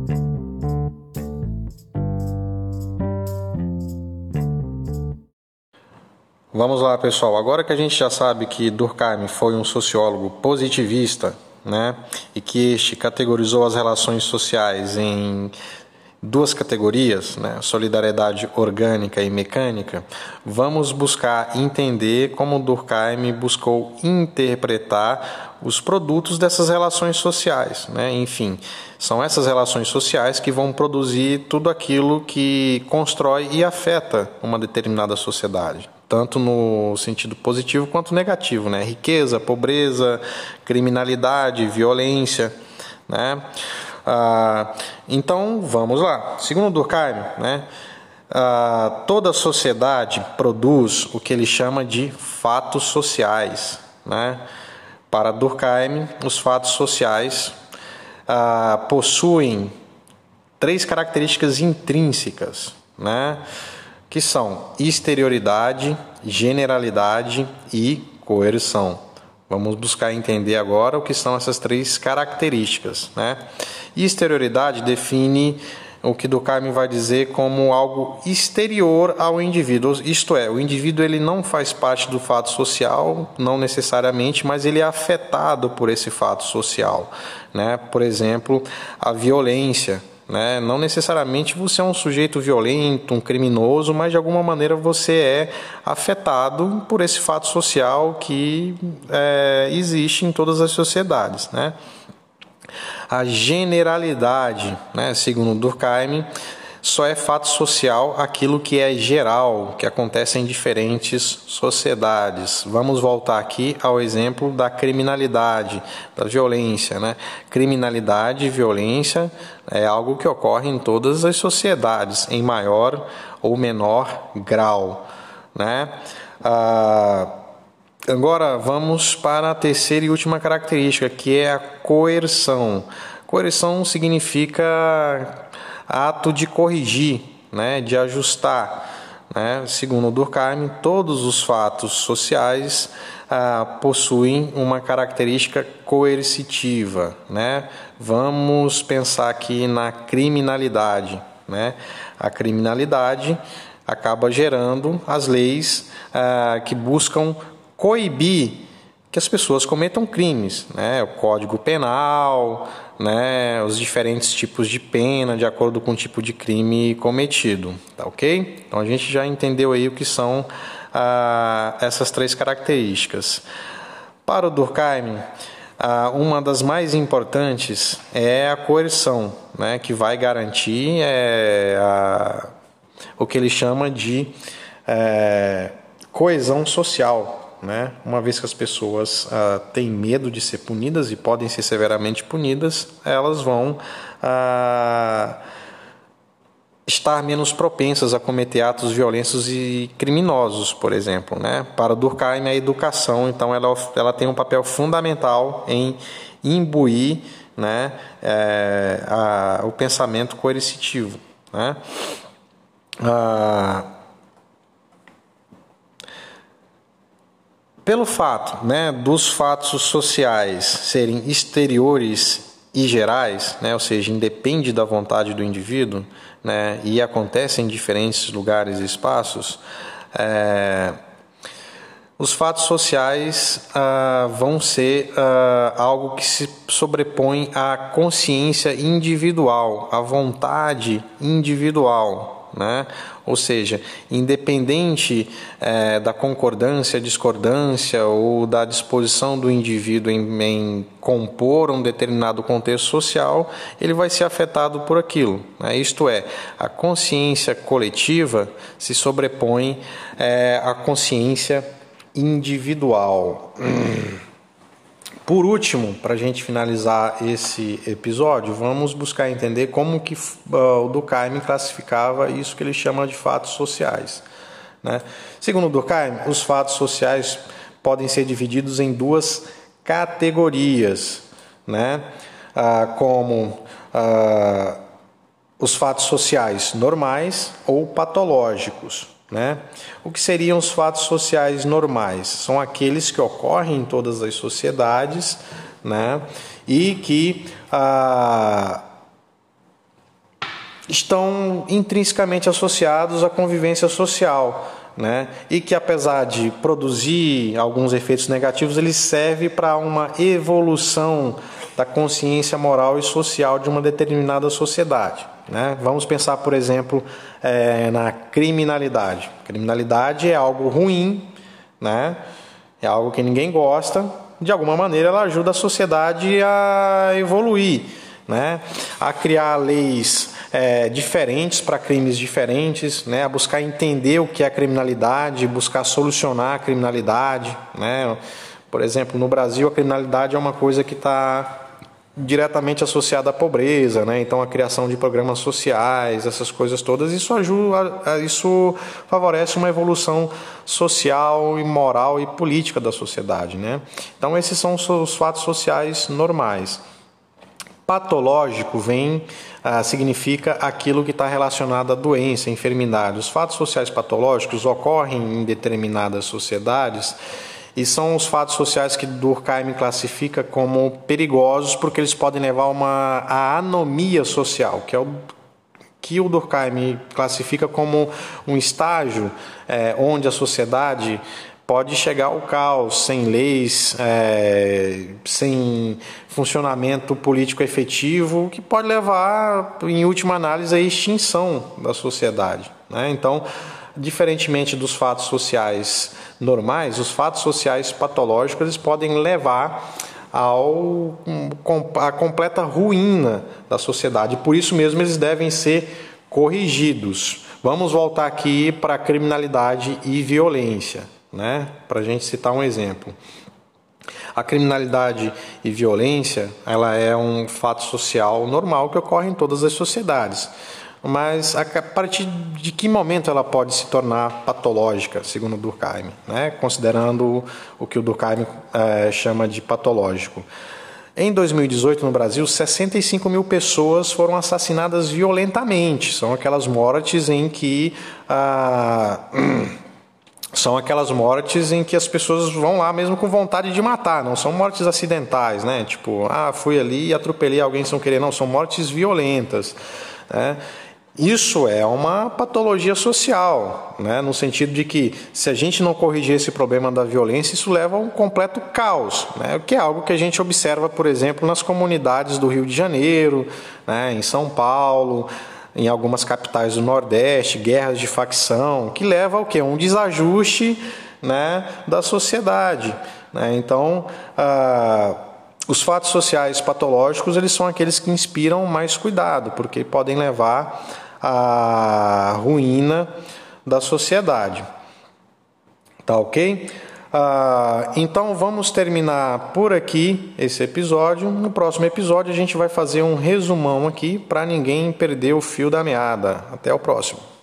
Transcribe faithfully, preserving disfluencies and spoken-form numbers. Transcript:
Vamos lá, pessoal. Agora que a gente já sabe que Durkheim foi um sociólogo positivista, né, e que este categorizou as relações sociais em duas categorias, né, solidariedade orgânica e mecânica, vamos buscar entender como Durkheim buscou interpretar os produtos dessas relações sociais, né? Enfim, são essas relações sociais que vão produzir tudo aquilo que constrói e afeta uma determinada sociedade, tanto no sentido positivo quanto negativo, né? Riqueza, pobreza, criminalidade, violência, né? Ah, então, vamos lá. Segundo Durkheim, né, ah, toda sociedade produz o que ele chama de fatos sociais, né? Para Durkheim, os fatos sociais ah, possuem três características intrínsecas, né, que são exterioridade, generalidade e coerção. Vamos buscar entender agora o que são essas três características, né? Exterioridade define o que Durkheim vai dizer como algo exterior ao indivíduo, isto é, o indivíduo ele não faz parte do fato social, não necessariamente, mas ele é afetado por esse fato social, né? Por exemplo, a violência, né? Não necessariamente você é um sujeito violento, um criminoso, mas de alguma maneira você é afetado por esse fato social que é, existe em todas as sociedades, né? A generalidade, né, segundo Durkheim, só é fato social aquilo que é geral, que acontece em diferentes sociedades. Vamos voltar aqui ao exemplo da criminalidade, da violência, né? Criminalidade e violência é algo que ocorre em todas as sociedades, em maior ou menor grau, né? Ah, agora vamos para a terceira e última característica, que é a coerção. Coerção significa ato de corrigir, né, de ajustar, né? Segundo Durkheim, todos os fatos sociais ah, possuem uma característica coercitiva, né? Vamos pensar aqui na criminalidade, né? A criminalidade acaba gerando as leis ah, que buscam coibir que as pessoas cometam crimes, né? O Código Penal, né? Os diferentes tipos de pena de acordo com o tipo de crime cometido, tá ok? Então a gente já entendeu aí o que são ah, essas três características. Para o Durkheim, ah, uma das mais importantes é a coerção, né? Que vai garantir é, a, o que ele chama de é, coesão social. Né? Uma vez que as pessoas ah, têm medo de ser punidas e podem ser severamente punidas, elas vão ah, estar menos propensas a cometer atos violentos e criminosos, por exemplo, né? Para Durkheim, a educação, então, ela, ela tem um papel fundamental em imbuir, né, é, a, o pensamento coercitivo, né? Ah, Pelo fato, né, dos fatos sociais serem exteriores e gerais, né, ou seja, independe da vontade do indivíduo, né, e acontecem em diferentes lugares e espaços, é, os fatos sociais ah, vão ser ah, algo que se sobrepõe à consciência individual, à vontade individual, né? Ou seja, independente eh, da concordância, discordância ou da disposição do indivíduo em, em compor um determinado contexto social, ele vai ser afetado por aquilo, né? Isto é, a consciência coletiva se sobrepõe eh, à consciência individual. Por último, para a gente finalizar esse episódio, vamos buscar entender como que uh, o Durkheim classificava isso que ele chama de fatos sociais, né? Segundo Durkheim, os fatos sociais podem ser divididos em duas categorias, né? Uh, como uh, os fatos sociais normais ou patológicos, né? O que seriam os fatos sociais normais? São aqueles que ocorrem em todas as sociedades, né? E que ah, estão intrinsecamente associados à convivência social, né? E que, apesar de produzir alguns efeitos negativos, ele serve para uma evolução da consciência moral e social de uma determinada sociedade, né? Vamos pensar, por exemplo, é, na criminalidade. Criminalidade é algo ruim, né? É algo que ninguém gosta. De alguma maneira, ela ajuda a sociedade a evoluir, né? A criar leis É, diferentes para crimes diferentes, né? A buscar entender o que é a criminalidade, buscar solucionar a criminalidade, né? Por exemplo, no Brasil a criminalidade é uma coisa que está diretamente associada à pobreza, né? Então a criação de programas sociais, essas coisas todas, isso ajuda, isso favorece uma evolução social e moral e política da sociedade, né? Então esses são os fatos sociais normais. Patológico vem, ah, significa aquilo que está relacionado à doença, à enfermidade. Os fatos sociais patológicos ocorrem em determinadas sociedades e são os fatos sociais que Durkheim classifica como perigosos porque eles podem levar a uma a anomia social, que é o que o Durkheim classifica como um estágio é, onde a sociedade pode chegar ao caos, sem leis, é, sem funcionamento político efetivo, que pode levar, em última análise, à extinção da sociedade, né? Então, diferentemente dos fatos sociais normais, os fatos sociais patológicos eles podem levar ao, à completa ruína da sociedade. Por isso mesmo, eles devem ser corrigidos. Vamos voltar aqui para a criminalidade e violência, né? Para a gente citar um exemplo. A criminalidade e violência, ela é um fato social normal que ocorre em todas as sociedades. Mas a partir de que momento ela pode se tornar patológica, segundo Durkheim, né? Considerando o que o Durkheim é, chama de patológico. Em dois mil e dezoito, no Brasil, sessenta e cinco mil pessoas foram assassinadas violentamente. São aquelas mortes em que... Ah, São aquelas mortes em que as pessoas vão lá mesmo com vontade de matar, não são mortes acidentais, né? Tipo, ah, fui ali e atropelei alguém sem querer, não, são mortes violentas, né? Isso é uma patologia social, né? No sentido de que se a gente não corrigir esse problema da violência, isso leva a um completo caos, né? O que é algo que a gente observa, por exemplo, nas comunidades do Rio de Janeiro, né? Em São Paulo, em algumas capitais do Nordeste, guerras de facção, que leva ao quê? Um desajuste, né, da sociedade, né? Então, ah, os fatos sociais patológicos eles são aqueles que inspiram mais cuidado, porque podem levar à ruína da sociedade. Tá ok? Ah, então vamos terminar por aqui esse episódio. No próximo episódio a gente vai fazer um resumão aqui para ninguém perder o fio da meada. Até o próximo.